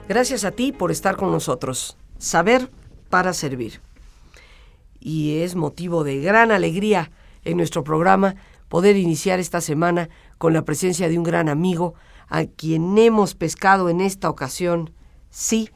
Gracias a ti por estar con nosotros. Saber para servir. Y es motivo de gran alegría en nuestro programa poder iniciar esta semana con la presencia de un gran amigo a quien hemos pescado en esta ocasión, sí,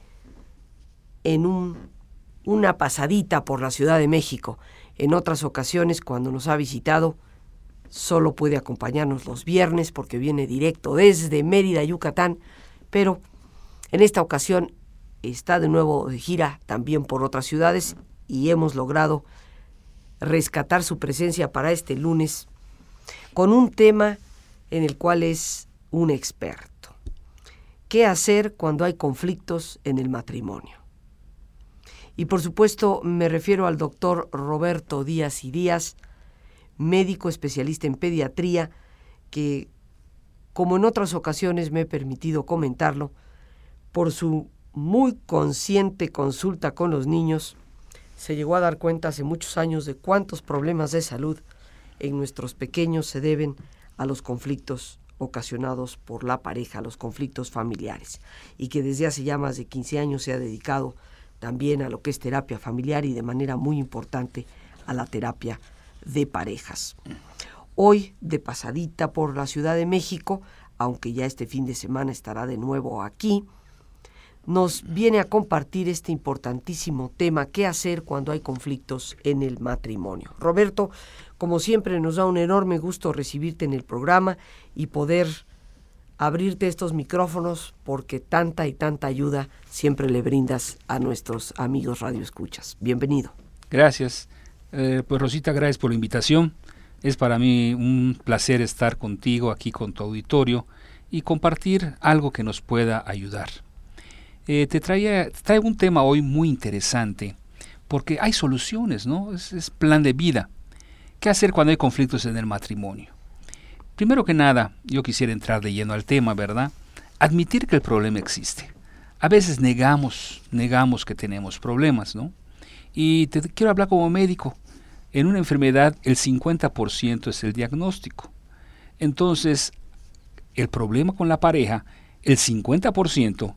en una pasadita por la Ciudad de México. En otras ocasiones, cuando nos ha visitado, solo puede acompañarnos los viernes porque viene directo desde Mérida, Yucatán, pero en esta ocasión está de nuevo de gira también por otras ciudades y hemos logrado rescatar su presencia para este lunes con un tema en el cual es un experto. ¿Qué hacer cuando hay conflictos en el matrimonio? Y por supuesto me refiero al doctor Roberto Díaz y Díaz, médico especialista en pediatría, que, como en otras ocasiones me he permitido comentarlo, por su muy consciente consulta con los niños, se llegó a dar cuenta hace muchos años de cuántos problemas de salud en nuestros pequeños se deben a los conflictos ocasionados por la pareja, los conflictos familiares, y que desde hace ya más de 15 años se ha dedicado también a lo que es terapia familiar y de manera muy importante a la terapia de parejas. Hoy, de pasadita por la Ciudad de México, aunque ya este fin de semana estará de nuevo aquí, nos viene a compartir este importantísimo tema, qué hacer cuando hay conflictos en el matrimonio. Roberto, como siempre, nos da un enorme gusto recibirte en el programa y poder abrirte estos micrófonos porque tanta y tanta ayuda siempre le brindas a nuestros amigos radioescuchas. Bienvenido. Gracias. Pues Rosita, gracias por la invitación. Es para mí un placer estar contigo aquí con tu auditorio y compartir algo que nos pueda ayudar. Te traigo un tema hoy muy interesante porque hay soluciones, ¿no? Es plan de vida. ¿Qué hacer cuando hay conflictos en el matrimonio? Primero que nada, yo quisiera entrar de lleno al tema, ¿verdad? Admitir que el problema existe. A veces negamos que tenemos problemas, ¿no? Y te quiero hablar como médico. En una enfermedad el 50% es el diagnóstico. Entonces, el problema con la pareja, el 50%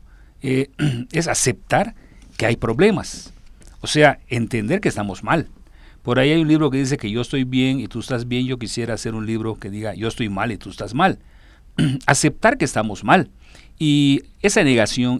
es aceptar que hay problemas. O sea, entender que estamos mal. Por ahí hay un libro que dice que yo estoy bien y tú estás bien. Yo quisiera hacer un libro que diga yo estoy mal y tú estás mal. Aceptar que estamos mal. Y esa negación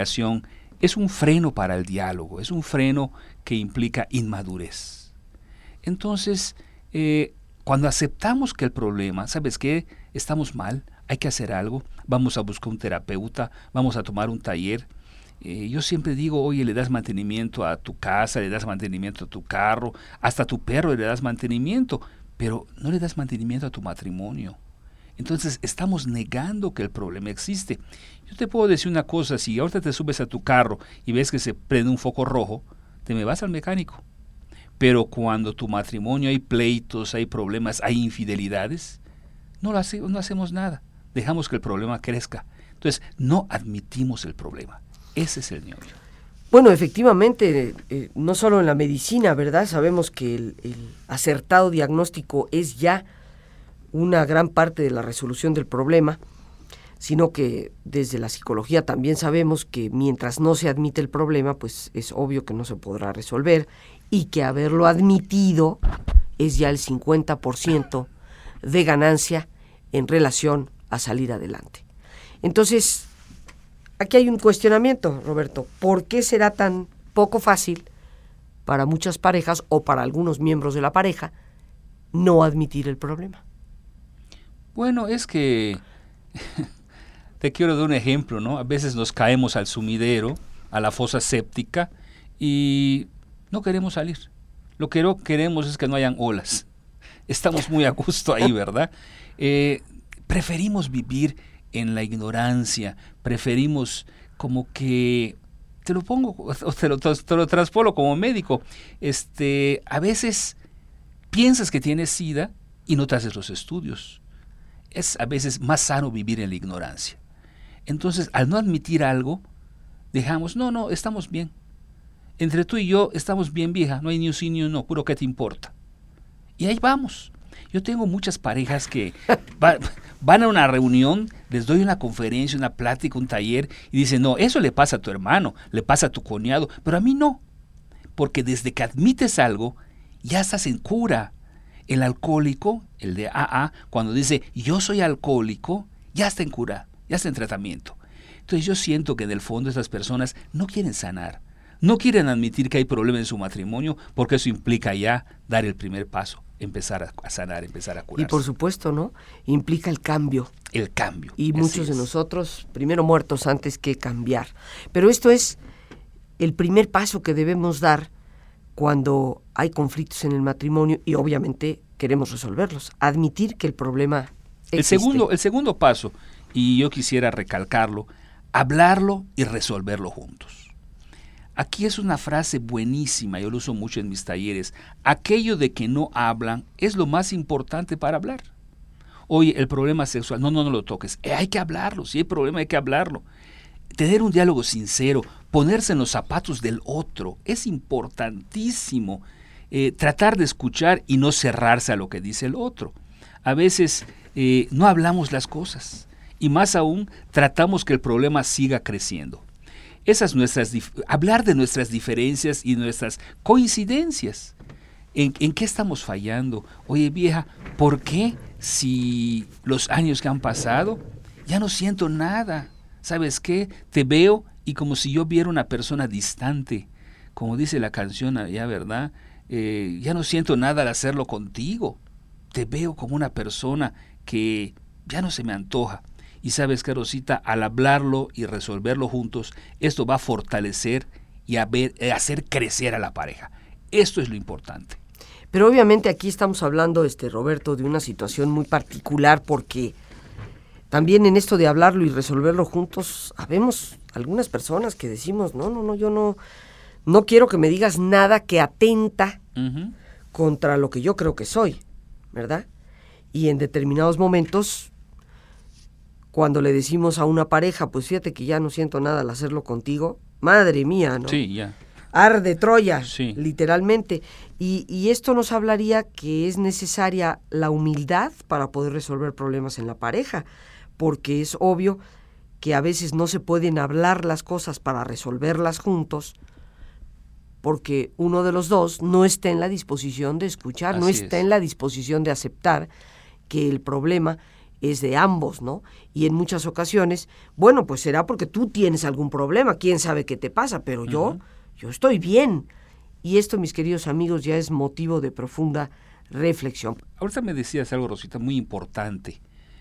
es un freno para el diálogo, es un freno que implica inmadurez. Entonces, cuando aceptamos que el problema, ¿sabes qué? Estamos mal, hay que hacer algo, vamos a buscar un terapeuta, vamos a tomar un taller. Yo siempre digo, oye, le das mantenimiento a tu casa, le das mantenimiento a tu carro, hasta a tu perro le das mantenimiento, pero no le das mantenimiento a tu matrimonio. Entonces estamos negando que el problema existe. Yo te puedo decir una cosa, si ahorita te subes a tu carro y ves que se prende un foco rojo, te me vas al mecánico. Pero cuando tu matrimonio hay pleitos, hay problemas, hay infidelidades, no hacemos nada. Dejamos que el problema crezca. Entonces no admitimos el problema. Ese es el meollo. Bueno, efectivamente, no solo en la medicina, ¿verdad? Sabemos que el acertado diagnóstico es ya una gran parte de la resolución del problema, sino que desde la psicología también sabemos que mientras no se admite el problema, pues es obvio que no se podrá resolver y que haberlo admitido es ya el 50% de ganancia en relación a salir adelante. Entonces, aquí hay un cuestionamiento, Roberto. ¿Por qué será tan poco fácil para muchas parejas o para algunos miembros de la pareja no admitir el problema? Bueno, es que te quiero dar un ejemplo, ¿no? A veces nos caemos al sumidero, a la fosa séptica y no queremos salir. Lo que no queremos es que no hayan olas. Estamos muy a gusto ahí, ¿verdad? Preferimos vivir en la ignorancia, preferimos como que, te lo pongo, o te lo transpolo como médico, a veces piensas que tienes SIDA y no te haces los estudios. Es a veces más sano vivir en la ignorancia. Entonces, al no admitir algo, dejamos, no, estamos bien. Entre tú y yo estamos bien, vieja, no hay ni un sí ni un no, puro ¿qué te importa? Y ahí vamos. Yo tengo muchas parejas que van a una reunión les doy una conferencia, una plática, un taller, y dicen, no, eso le pasa a tu hermano, le pasa a tu cuñado, pero a mí no. Porque desde que admites algo, ya estás en cura. El alcohólico, el de AA, cuando dice, yo soy alcohólico, ya está en cura, ya está en tratamiento. Entonces yo siento que en el fondo esas personas no quieren sanar, no quieren admitir que hay problema en su matrimonio, porque eso implica ya dar el primer paso, empezar a sanar, empezar a curarse. Y por supuesto, ¿no? Implica el cambio. El cambio. Y muchos de nosotros, primero muertos antes que cambiar. Pero esto es el primer paso que debemos dar cuando hay conflictos en el matrimonio y obviamente queremos resolverlos. Admitir que el problema existe. El segundo paso, y yo quisiera recalcarlo, hablarlo y resolverlo juntos. Aquí es una frase buenísima, yo lo uso mucho en mis talleres. Aquello de que no hablan es lo más importante para hablar. Oye, el problema sexual, no lo toques. Hay que hablarlo, si hay problema hay que hablarlo. Tener un diálogo sincero, ponerse en los zapatos del otro, es importantísimo. Tratar de escuchar y no cerrarse a lo que dice el otro. A veces no hablamos las cosas y más aún tratamos que el problema siga creciendo. Hablar de nuestras diferencias y nuestras coincidencias. ¿En qué estamos fallando? Oye, vieja, ¿por qué si los años que han pasado ya no siento nada? ¿Sabes qué? Te veo y como si yo viera una persona distante. Como dice la canción allá, ¿verdad? Ya no siento nada al hacerlo contigo. Te veo como una persona que ya no se me antoja. Y sabes qué, Rosita, al hablarlo y resolverlo juntos, esto va a fortalecer y a hacer crecer a la pareja. Esto es lo importante. Pero obviamente aquí estamos hablando, Roberto, de una situación muy particular porque también en esto de hablarlo y resolverlo juntos, habemos algunas personas que decimos, yo no quiero que me digas nada que atenta contra lo que yo creo que soy, ¿verdad? Y en determinados momentos, cuando le decimos a una pareja, pues fíjate que ya no siento nada al hacerlo contigo, madre mía, ¿no? Sí, ya. Arde Troya, sí. Literalmente. Y esto nos hablaría que es necesaria la humildad para poder resolver problemas en la pareja, porque es obvio que a veces no se pueden hablar las cosas para resolverlas juntos, porque uno de los dos no está en la disposición de escuchar, no está en la disposición de aceptar que el problema es de ambos, ¿no? Y en muchas ocasiones, bueno, pues será porque tú tienes algún problema, quién sabe qué te pasa, pero yo estoy bien. Y esto, mis queridos amigos, ya es motivo de profunda reflexión. Ahorita me decías algo, Rosita, muy importante.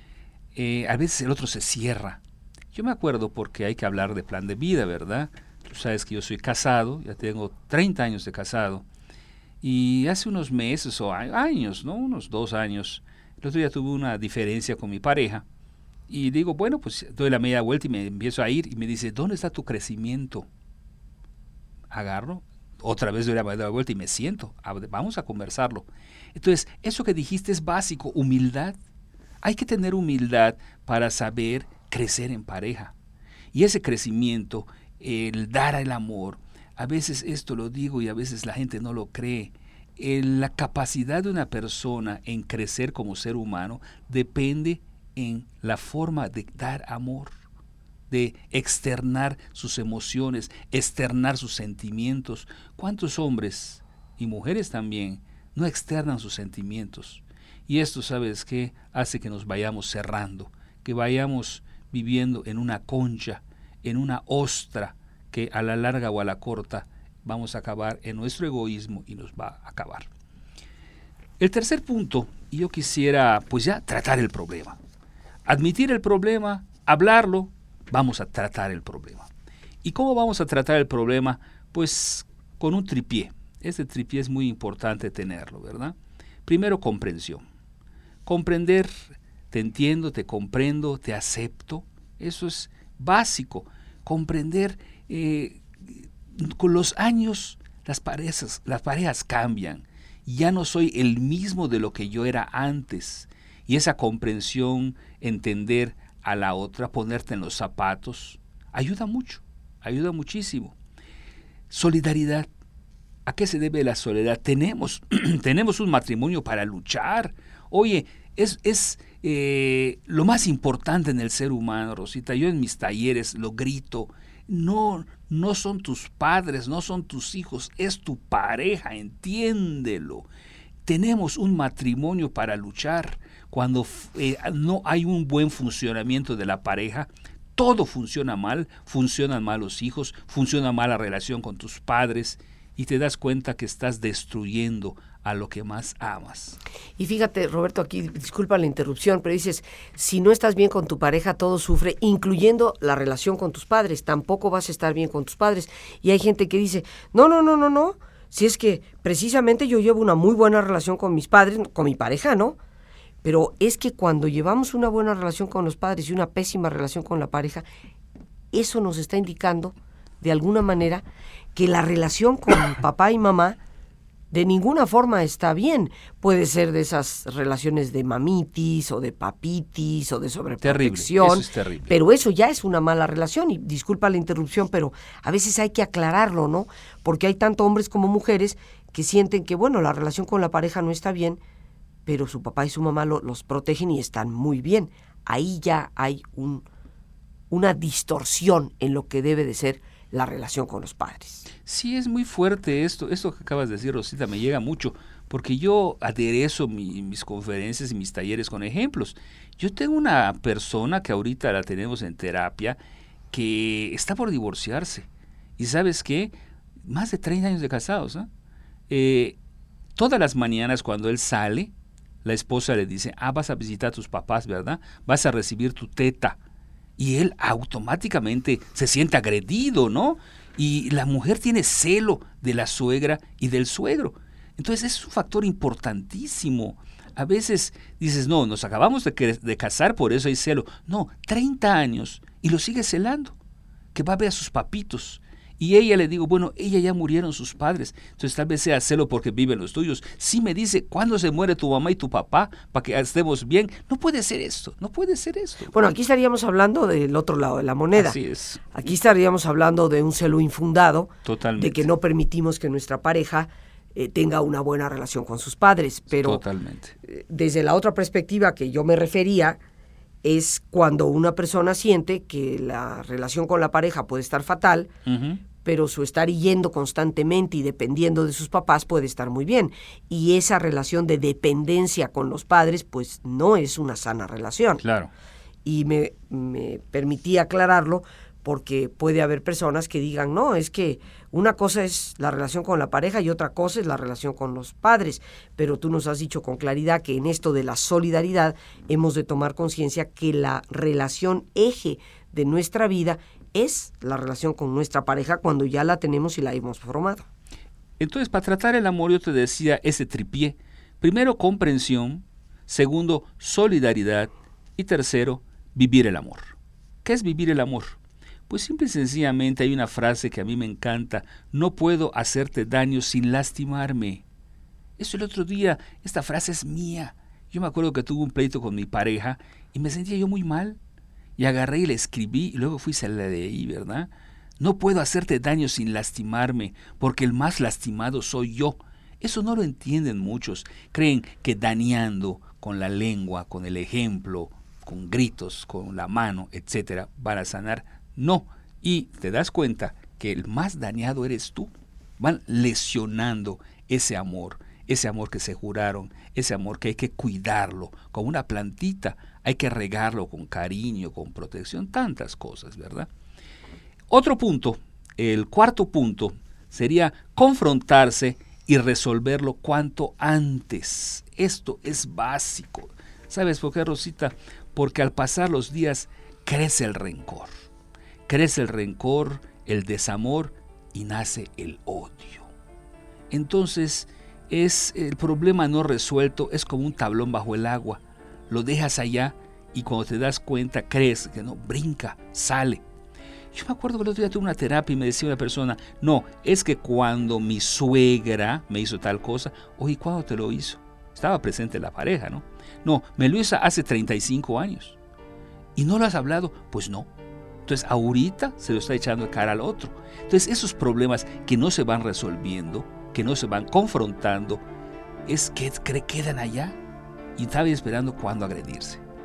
A veces el otro se cierra. Yo me acuerdo porque hay que hablar de plan de vida, ¿verdad? Tú sabes que yo soy casado, ya tengo 30 años de casado. Y hace unos meses o años, ¿no? Unos 2 años, el otro día tuve una diferencia con mi pareja. Y digo, bueno, pues doy la media vuelta y me empiezo a ir. Y me dice, ¿dónde está tu crecimiento? Agarro, otra vez doy la media vuelta y me siento. Vamos a conversarlo. Entonces, eso que dijiste es básico, humildad. Hay que tener humildad para saber crecer en pareja. Y ese crecimiento, el dar el amor, a veces esto lo digo y a veces la gente no lo cree. La capacidad de una persona en crecer como ser humano depende en la forma de dar amor, de externar sus emociones, externar sus sentimientos. ¿Cuántos hombres y mujeres también no externan sus sentimientos? Y esto, ¿sabes qué? Hace que nos vayamos cerrando, que vayamos viviendo en una concha, en una ostra, que a la larga o a la corta vamos a acabar en nuestro egoísmo y nos va a acabar. El tercer punto, y yo quisiera pues ya tratar el problema. Admitir el problema, hablarlo, vamos a tratar el problema. ¿Y cómo vamos a tratar el problema? Pues con un tripié. Este tripié es muy importante tenerlo, ¿verdad? Primero, comprensión. Comprender, te entiendo, te comprendo, te acepto. Eso es básico. Comprender, con los años las parejas cambian. Ya no soy el mismo de lo que yo era antes. Y esa comprensión, entender a la otra, ponerte en los zapatos, ayuda mucho, ayuda muchísimo. Solidaridad. ¿A qué se debe la solidaridad? Tenemos un matrimonio para luchar. Oye, es lo más importante en el ser humano, Rosita, yo en mis talleres lo grito, no son tus padres, no son tus hijos, es tu pareja, entiéndelo. Tenemos un matrimonio para luchar. Cuando no hay un buen funcionamiento de la pareja, todo funciona mal, funcionan mal los hijos, funciona mal la relación con tus padres y te das cuenta que estás destruyendo a lo que más amas. Y fíjate, Roberto, aquí, disculpa la interrupción, pero dices, si no estás bien con tu pareja, todo sufre, incluyendo la relación con tus padres, tampoco vas a estar bien con tus padres. Y hay gente que dice, no, si es que precisamente yo llevo una muy buena relación con mis padres, con mi pareja, ¿no? Pero es que cuando llevamos una buena relación con los padres y una pésima relación con la pareja, eso nos está indicando, de alguna manera, que la relación con papá y mamá de ninguna forma está bien. Puede ser de esas relaciones de mamitis o de papitis o de sobreprotección. Terrible, eso es terrible. Pero eso ya es una mala relación y disculpa la interrupción, pero a veces hay que aclararlo, ¿no? Porque hay tanto hombres como mujeres que sienten que, bueno, la relación con la pareja no está bien, pero su papá y su mamá los protegen y están muy bien. Ahí ya hay una distorsión en lo que debe de ser la relación con los padres. Sí, es muy fuerte esto que acabas de decir, Rosita, me llega mucho, porque yo aderezo mis conferencias y mis talleres con ejemplos. Yo tengo una persona que ahorita la tenemos en terapia, que está por divorciarse, y ¿sabes qué? Más de 30 años de casados, ¿eh? Todas las mañanas cuando él sale, la esposa le dice, vas a visitar a tus papás, ¿verdad? Vas a recibir tu teta. Y él automáticamente se siente agredido, ¿no? Y la mujer tiene celo de la suegra y del suegro. Entonces es un factor importantísimo. A veces dices, no, nos acabamos de casar, por eso hay celo. No, 30 años y lo sigue celando, que va a ver a sus papitos. Y ella le digo, bueno, ella ya murieron sus padres, entonces tal vez sea celo porque viven los tuyos. Sí me dice, ¿cuándo se muere tu mamá y tu papá para que estemos bien? No puede ser esto, no puede ser esto. Bueno, aquí estaríamos hablando del otro lado de la moneda. Así es. Aquí estaríamos hablando de un celo infundado, Totalmente. de que no permitimos que nuestra pareja tenga una buena relación con sus padres. Pero totalmente. Desde la otra perspectiva que yo me refería, es cuando una persona siente que la relación con la pareja puede estar fatal, pero su estar yendo constantemente y dependiendo de sus papás puede estar muy bien. Y esa relación de dependencia con los padres, pues no es una sana relación. Claro. Y me permití aclararlo porque puede haber personas que digan, no, es que una cosa es la relación con la pareja y otra cosa es la relación con los padres. Pero tú nos has dicho con claridad que en esto de la solidaridad hemos de tomar conciencia que la relación eje de nuestra vida es la relación con nuestra pareja cuando ya la tenemos y la hemos formado. Entonces, para tratar el amor, yo te decía ese tripié. Primero, comprensión. Segundo, solidaridad. Y tercero, vivir el amor. ¿Qué es vivir el amor? Pues simple y sencillamente hay una frase que a mí me encanta. No puedo hacerte daño sin lastimarme. Eso el otro día, esta frase es mía. Yo me acuerdo que tuve un pleito con mi pareja y me sentía yo muy mal. Y agarré y le escribí y luego fui a la de ahí, ¿verdad? No puedo hacerte daño sin lastimarme, porque el más lastimado soy yo. Eso no lo entienden muchos. Creen que dañando con la lengua, con el ejemplo, con gritos, con la mano, etcétera, van a sanar. No. Y te das cuenta que el más dañado eres tú. Van lesionando ese amor que se juraron, ese amor que hay que cuidarlo como una plantita. Hay que regarlo con cariño, con protección, tantas cosas, ¿verdad? Otro punto, el cuarto punto, sería confrontarse y resolverlo cuanto antes. Esto es básico. ¿Sabes por qué, Rosita? Porque al pasar los días crece el rencor. Crece el rencor, el desamor y nace el odio. Entonces, el problema no resuelto es como un tablón bajo el agua. Lo dejas allá y cuando te das cuenta crees que no, brinca, sale. Yo me acuerdo que el otro día tuve una terapia y me decía una persona, no, es que cuando mi suegra me hizo tal cosa, oye, ¿cuándo te lo hizo? Estaba presente la pareja, ¿no? No, me lo hizo hace 35 años. ¿Y no lo has hablado? Pues no. Entonces ahorita se lo está echando de cara al otro. Entonces esos problemas que no se van resolviendo, que no se van confrontando, es que quedan allá y estaba esperando cuándo agredirse.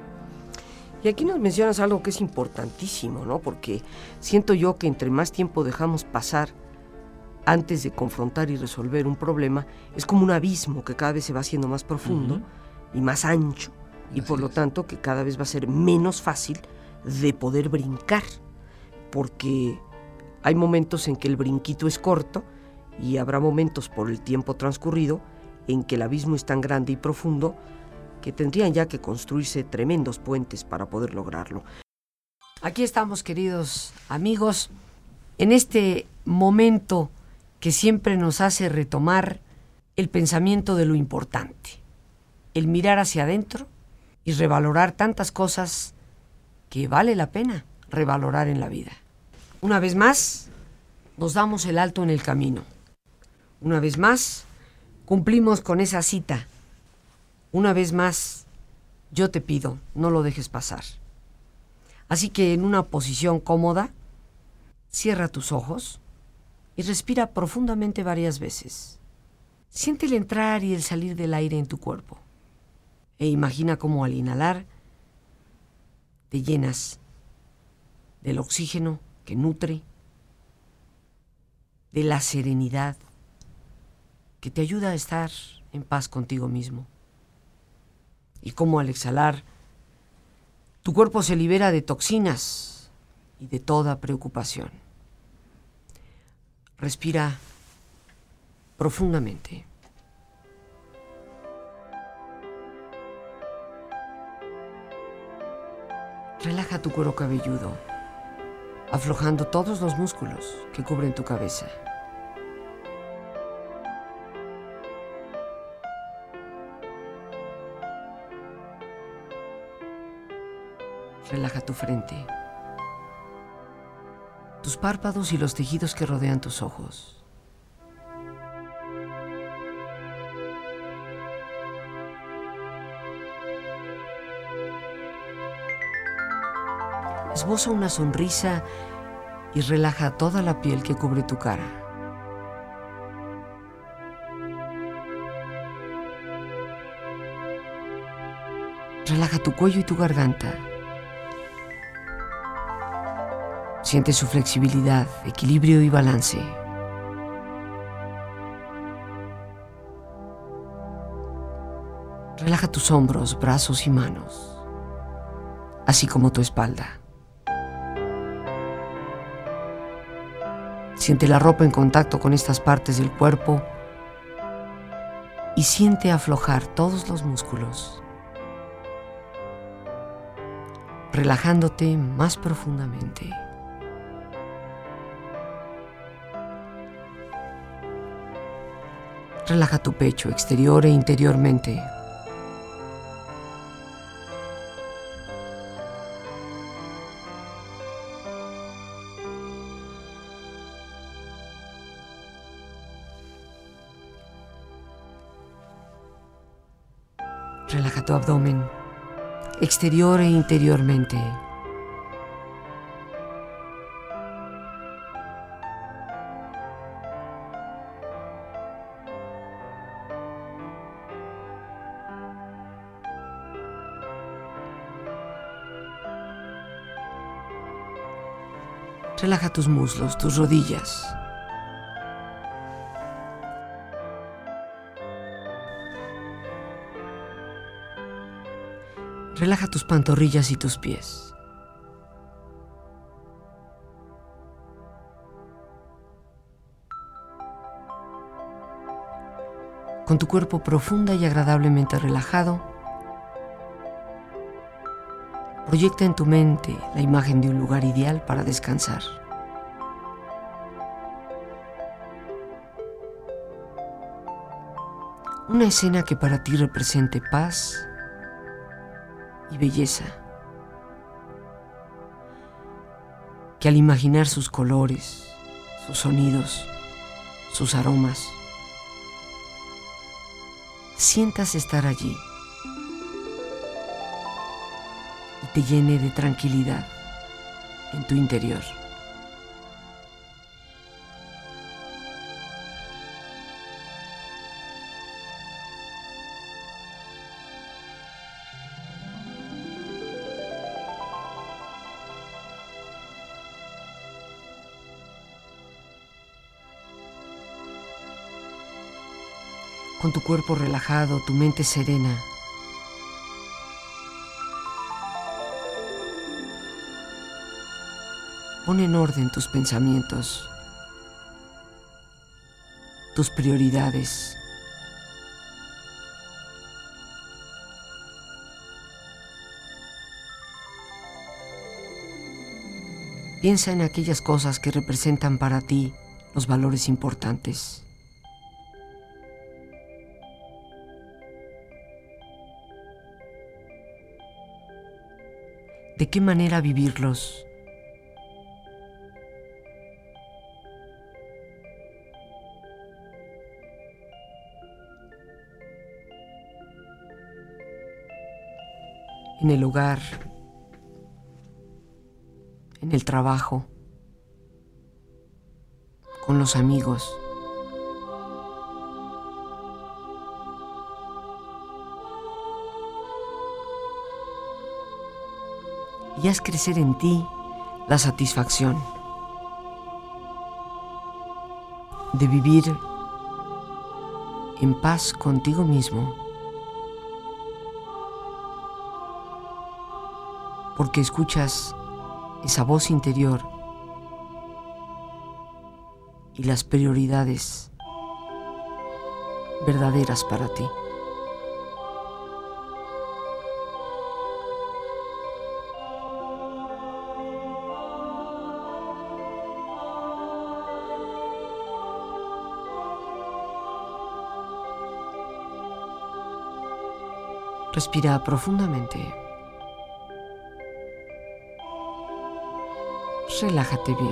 Y aquí nos mencionas algo que es importantísimo, ¿no? Porque siento yo que entre más tiempo dejamos pasar antes de confrontar y resolver un problema, es como un abismo que cada vez se va haciendo más profundo y más ancho, y por lo tanto que cada vez va a ser menos fácil de poder brincar, porque hay momentos en que el brinquito es corto y habrá momentos por el tiempo transcurrido en que el abismo es tan grande y profundo que tendrían ya que construirse tremendos puentes para poder lograrlo. Aquí estamos, queridos amigos, en este momento que siempre nos hace retomar el pensamiento de lo importante, el mirar hacia adentro y revalorar tantas cosas que vale la pena revalorar en la vida. Una vez más, nos damos el alto en el camino. Una vez más, cumplimos con esa cita. Una vez más, yo te pido, no lo dejes pasar. Así que en una posición cómoda, cierra tus ojos y respira profundamente varias veces. Siente el entrar y el salir del aire en tu cuerpo. E imagina cómo al inhalar te llenas del oxígeno que nutre, de la serenidad que te ayuda a estar en paz contigo mismo. Y cómo al exhalar, tu cuerpo se libera de toxinas y de toda preocupación. Respira profundamente. Relaja tu cuero cabelludo, aflojando todos los músculos que cubren tu cabeza. Relaja tu frente, tus párpados y los tejidos que rodean tus ojos. Esboza una sonrisa y relaja toda la piel que cubre tu cara. Relaja tu cuello y tu garganta. Siente su flexibilidad, equilibrio y balance. Relaja tus hombros, brazos y manos, así como tu espalda. Siente la ropa en contacto con estas partes del cuerpo y siente aflojar todos los músculos, relajándote más profundamente. Relaja tu pecho exterior e interiormente. Relaja tu abdomen, exterior e interiormente. Relaja tus muslos, tus rodillas. Relaja tus pantorrillas y tus pies. Con tu cuerpo profunda y agradablemente relajado, proyecta en tu mente la imagen de un lugar ideal para descansar. Una escena que para ti represente paz y belleza, que al imaginar sus colores, sus sonidos, sus aromas, sientas estar allí y te llene de tranquilidad en tu interior. con tu cuerpo relajado, tu mente serena. Pon en orden tus pensamientos, tus prioridades. Piensa en aquellas cosas que representan para ti los valores importantes. ¿De qué manera vivirlos? En el hogar, en el trabajo, con los amigos. Y haz crecer en ti la satisfacción de vivir en paz contigo mismo, porque escuchas esa voz interior y las prioridades verdaderas para ti. Respira profundamente. Relájate bien.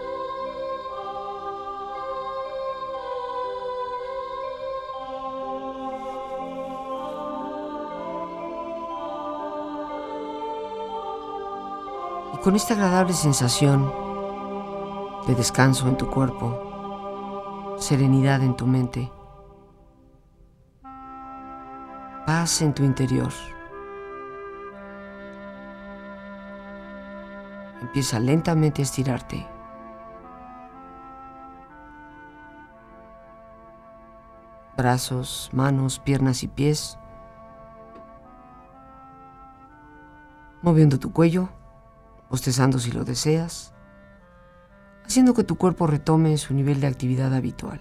Y con esta agradable sensación de descanso en tu cuerpo, serenidad en tu mente, paz en tu interior, empieza lentamente a estirarte. Brazos, manos, piernas y pies. Moviendo tu cuello, bostezando si lo deseas, haciendo que tu cuerpo retome su nivel de actividad habitual.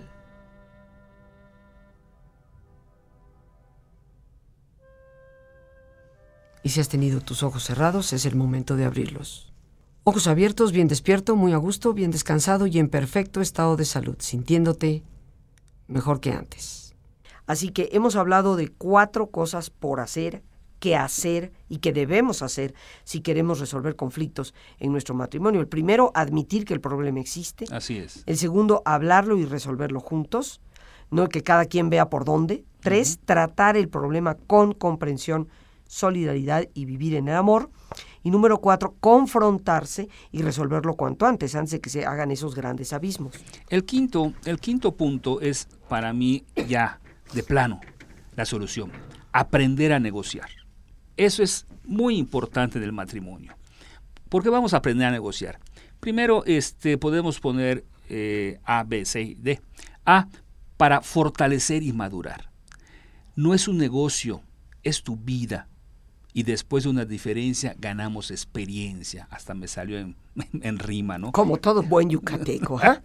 Y si has tenido tus ojos cerrados, es el momento de abrirlos. Ojos abiertos, bien despierto, muy a gusto, bien descansado y en perfecto estado de salud, sintiéndote mejor que antes. Así que hemos hablado de 4 cosas por hacer, que hacer y que debemos hacer si queremos resolver conflictos en nuestro matrimonio. El primero, admitir que el problema existe. Así es. El segundo, hablarlo y resolverlo juntos, no que cada quien vea por dónde. 3, tratar el problema con comprensión, solidaridad y vivir en el amor. Y número 4, confrontarse y resolverlo cuanto antes de que se hagan esos grandes abismos. El quinto punto es para mí ya de plano la solución: aprender a negociar. Eso es muy importante del matrimonio. ¿Por qué vamos a aprender a negociar? Primero, podemos poner A, B, C y D. A, para fortalecer y madurar. No es un negocio, es tu vida. Y después de una diferencia ganamos experiencia. Hasta me salió en rima, ¿no? Como todo buen yucateco, ¿eh?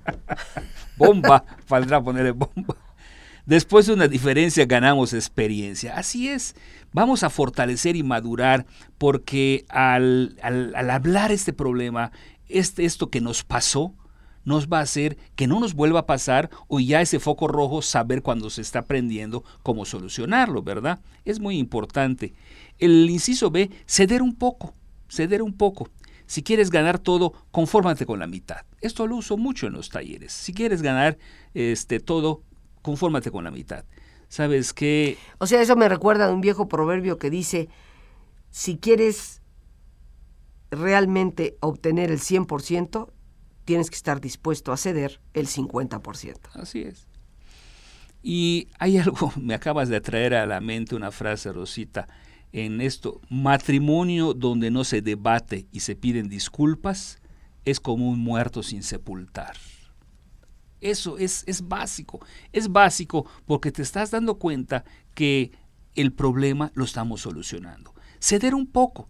Bomba, faltará ponerle bomba. Después de una diferencia ganamos experiencia. Así es, vamos a fortalecer y madurar porque al hablar este problema, esto que nos pasó, nos va a hacer que no nos vuelva a pasar o ya ese foco rojo saber cuando se está aprendiendo cómo solucionarlo, ¿verdad? Es muy importante. El inciso B, ceder un poco. Si quieres ganar todo, confórmate con la mitad. Esto lo uso mucho en los talleres. Si quieres ganar todo, confórmate con la mitad. ¿Sabes qué? O sea, eso me recuerda a un viejo proverbio que dice, si quieres realmente obtener el 100%, tienes que estar dispuesto a ceder el 50%. Así es. Y hay algo, me acabas de traer a la mente una frase, Rosita, en esto: matrimonio donde no se debate y se piden disculpas es como un muerto sin sepultar. Eso es básico. Es básico porque te estás dando cuenta que el problema lo estamos solucionando. Ceder un poco.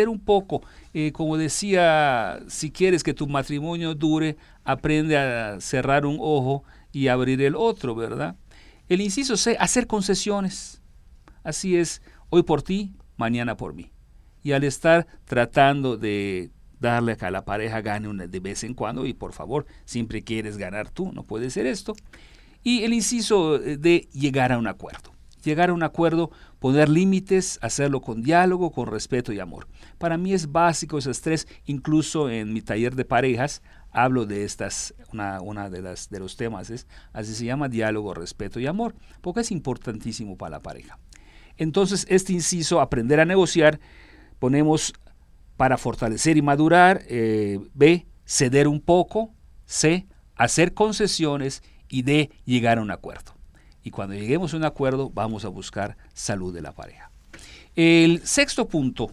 Como decía, si quieres que tu matrimonio dure, aprende a cerrar un ojo y abrir el otro, ¿verdad? El inciso C, hacer concesiones. Así es, hoy por ti, mañana por mí. Y al estar tratando de darle a que la pareja gane de vez en cuando, y por favor, siempre quieres ganar tú, no puede ser esto. Y el inciso de llegar a un acuerdo. Llegar a un acuerdo, poner límites, hacerlo con diálogo, con respeto y amor. Para mí es básico esos tres, incluso en mi taller de parejas hablo de estas, una de los temas así se llama, diálogo, respeto y amor, porque es importantísimo para la pareja. Entonces, este inciso, aprender a negociar, ponemos para fortalecer y madurar, B, ceder un poco, C, hacer concesiones y D, llegar a un acuerdo. Y cuando lleguemos a un acuerdo, vamos a buscar salud de la pareja. El sexto punto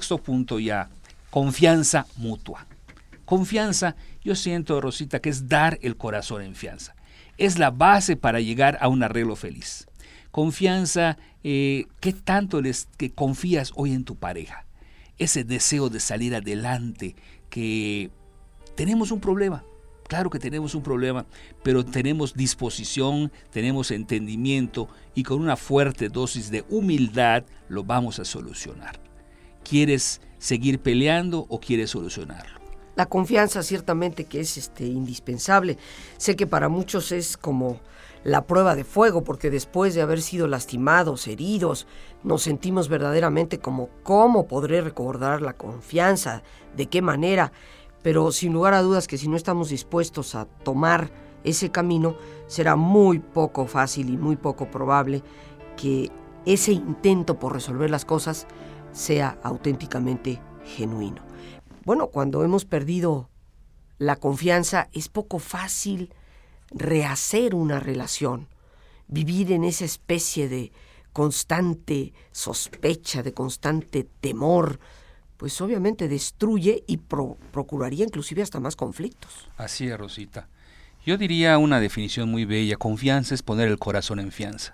ya, confianza mutua. Confianza, yo siento, Rosita, que es dar el corazón en fianza. Es la base para llegar a un arreglo feliz. Confianza, ¿qué tanto que confías hoy en tu pareja? Ese deseo de salir adelante, que tenemos un problema. Claro que tenemos un problema, pero tenemos disposición, tenemos entendimiento y con una fuerte dosis de humildad lo vamos a solucionar. ¿Quieres seguir peleando o quieres solucionarlo? La confianza ciertamente que es indispensable. Sé que para muchos es como la prueba de fuego, porque después de haber sido lastimados, heridos, nos sentimos verdaderamente como ¿cómo podré recobrar la confianza? ¿De qué manera? Pero sin lugar a dudas que si no estamos dispuestos a tomar ese camino, será muy poco fácil y muy poco probable que ese intento por resolver las cosas sea auténticamente genuino. Bueno, cuando hemos perdido la confianza, es poco fácil rehacer una relación, vivir en esa especie de constante sospecha, de constante temor, pues obviamente destruye y procuraría inclusive hasta más conflictos. Así es, Rosita. Yo diría una definición muy bella: confianza es poner el corazón en fianza.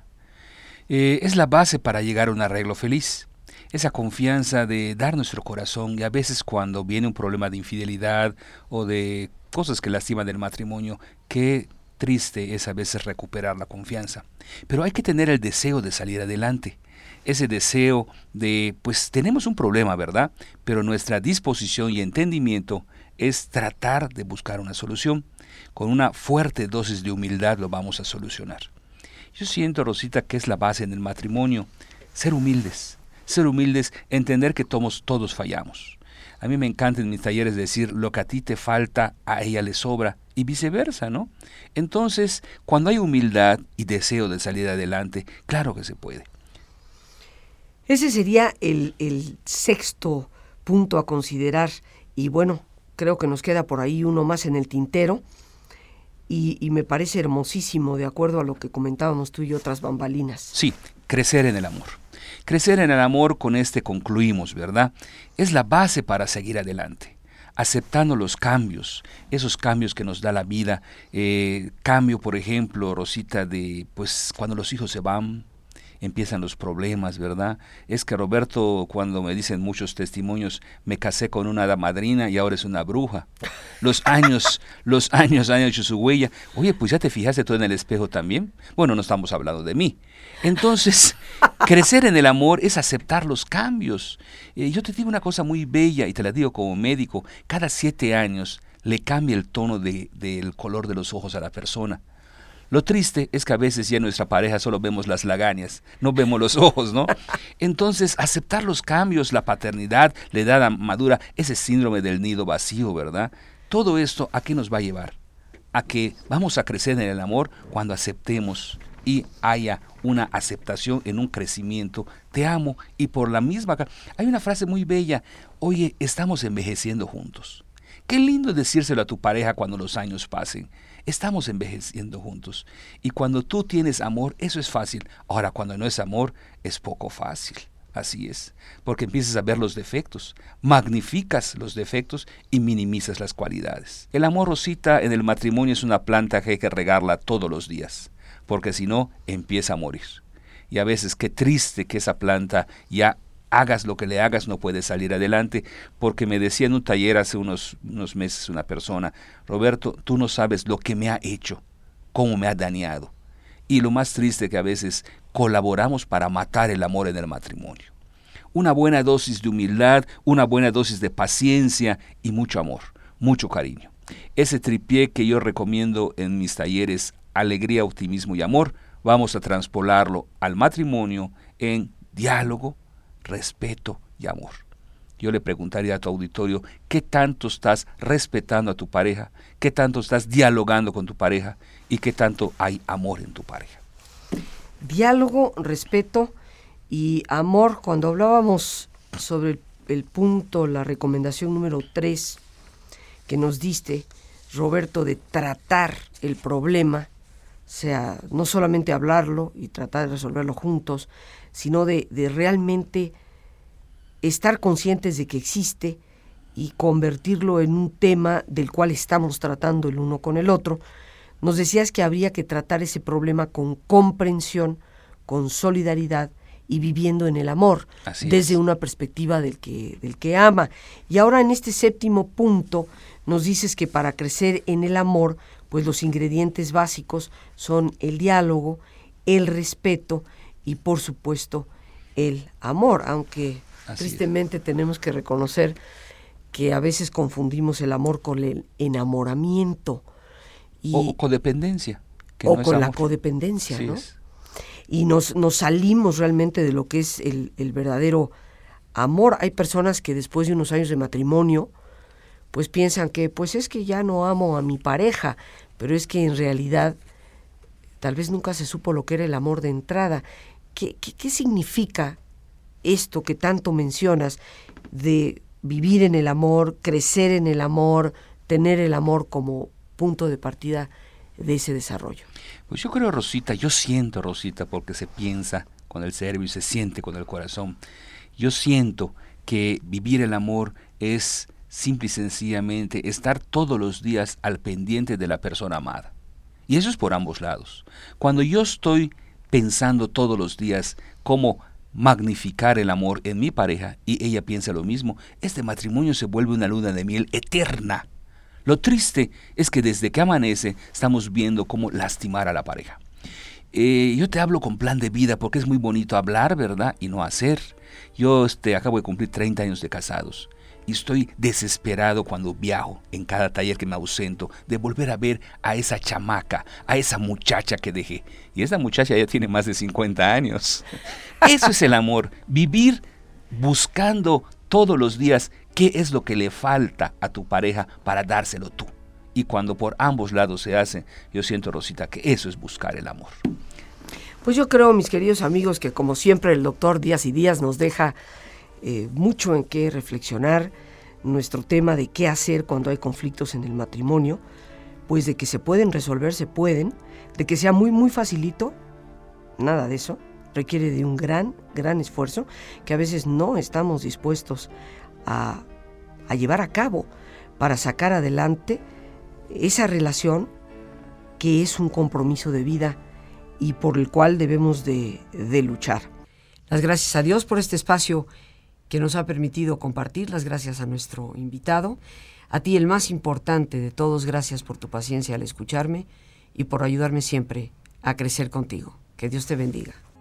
Es la base para llegar a un arreglo feliz. Esa confianza de dar nuestro corazón, y a veces cuando viene un problema de infidelidad o de cosas que lastiman el matrimonio, qué triste es a veces recuperar la confianza. Pero hay que tener el deseo de salir adelante. Ese deseo de, pues tenemos un problema, ¿verdad? Pero nuestra disposición y entendimiento es tratar de buscar una solución. Con una fuerte dosis de humildad lo vamos a solucionar. Yo siento, Rosita, que es la base en el matrimonio. Ser humildes, entender que todos fallamos. A mí me encanta en mis talleres decir, lo que a ti te falta, a ella le sobra, y viceversa, ¿no? Entonces, cuando hay humildad y deseo de salir adelante, claro que se puede. Ese sería el sexto punto a considerar. Y bueno, creo que nos queda por ahí uno más en el tintero. Y me parece hermosísimo, de acuerdo a lo que comentábamos tú y yo tras bambalinas. Sí, crecer en el amor. Crecer en el amor, con concluimos, ¿verdad? Es la base para seguir adelante. Aceptando los cambios, esos cambios que nos da la vida. Cambio, por ejemplo, Rosita, de pues cuando los hijos se van, empiezan los problemas, ¿verdad? Es que Roberto, cuando me dicen muchos testimonios, me casé con una hada madrina y ahora es una bruja. Los años han hecho su huella. Oye, pues ya te fijaste tú en el espejo también. Bueno, no estamos hablando de mí. Entonces, crecer en el amor es aceptar los cambios. Yo te digo una cosa muy bella y te la digo como médico. Cada 7 años le cambia el tono del color de los ojos a la persona. Lo triste es que a veces ya en nuestra pareja solo vemos las lagañas, no vemos los ojos, ¿no? Entonces, aceptar los cambios, la paternidad, la edad madura, ese síndrome del nido vacío, ¿verdad? Todo esto, ¿a qué nos va a llevar? A que vamos a crecer en el amor cuando aceptemos y haya una aceptación en un crecimiento. Te amo, y por la misma... Hay una frase muy bella: oye, estamos envejeciendo juntos. Qué lindo decírselo a tu pareja cuando los años pasen. Estamos envejeciendo juntos. Y cuando tú tienes amor, eso es fácil. Ahora, cuando no es amor, es poco fácil. Así es, porque empiezas a ver los defectos, magnificas los defectos y minimizas las cualidades. El amor, Rosita, en el matrimonio es una planta que hay que regarla todos los días, porque si no, empieza a morir. Y a veces qué triste que esa planta ya hagas lo que le hagas, no puede salir adelante, porque me decía en un taller hace unos meses una persona, Roberto, tú no sabes lo que me ha hecho, cómo me ha dañado. Y lo más triste que a veces colaboramos para matar el amor en el matrimonio. Una buena dosis de humildad, una buena dosis de paciencia y mucho amor, mucho cariño. Ese tripié que yo recomiendo en mis talleres, alegría, optimismo y amor, vamos a transpolarlo al matrimonio en diálogo, respeto y amor. Yo le preguntaría a tu auditorio, ¿qué tanto estás respetando a tu pareja? ¿Qué tanto estás dialogando con tu pareja? ¿Y qué tanto hay amor en tu pareja? Diálogo, respeto y amor. Cuando hablábamos sobre el punto, la recomendación número 3 que nos diste, Roberto, de tratar el problema, o sea, no solamente hablarlo y tratar de resolverlo juntos, sino de realmente estar conscientes de que existe y convertirlo en un tema del cual estamos tratando el uno con el otro. Nos decías que habría que tratar ese problema con comprensión, con solidaridad y viviendo en el amor, desde una perspectiva del que ama. Y ahora en este 7º punto nos dices que para crecer en el amor, pues los ingredientes básicos son el diálogo, el respeto y por supuesto el amor, aunque tristemente tenemos que reconocer que a veces confundimos el amor con el enamoramiento. O codependencia. O con la codependencia, ¿no? Y nos salimos realmente de lo que es el verdadero amor. Hay personas que después de unos años de matrimonio, pues piensan que pues es que ya no amo a mi pareja, pero es que en realidad tal vez nunca se supo lo que era el amor de entrada. ¿Qué significa esto que tanto mencionas de vivir en el amor, crecer en el amor, tener el amor como punto de partida de ese desarrollo? Pues yo creo, Rosita, yo siento, Rosita, porque se piensa con el cerebro y se siente con el corazón. Yo siento que vivir el amor es simple y sencillamente estar todos los días al pendiente de la persona amada. Y eso es por ambos lados. Cuando yo estoy pensando todos los días cómo magnificar el amor en mi pareja y ella piensa lo mismo, este matrimonio se vuelve una luna de miel eterna. Lo triste es que desde que amanece estamos viendo cómo lastimar a la pareja. Yo te hablo con plan de vida porque es muy bonito hablar, ¿verdad? Y no hacer. Yo acabo de cumplir 30 años de casados y estoy desesperado cuando viajo en cada taller que me ausento de volver a ver a esa chamaca, a esa muchacha que dejé. Y esa muchacha ya tiene más de 50 años. Eso es el amor, vivir buscando todos los días qué es lo que le falta a tu pareja para dárselo tú. Y cuando por ambos lados se hace, yo siento, Rosita, que eso es buscar el amor. Pues yo creo, mis queridos amigos, que como siempre el doctor Díaz y Díaz nos deja mucho en qué reflexionar. Nuestro tema de qué hacer cuando hay conflictos en el matrimonio, pues de que se pueden resolver, se pueden, de que sea muy, muy facilito, nada de eso, requiere de un gran, gran esfuerzo que a veces no estamos dispuestos a llevar a cabo para sacar adelante esa relación que es un compromiso de vida y por el cual debemos de luchar. Las gracias a Dios por este espacio que nos ha permitido compartir, las gracias a nuestro invitado, a ti el más importante de todos, gracias por tu paciencia al escucharme y por ayudarme siempre a crecer contigo. Que Dios te bendiga.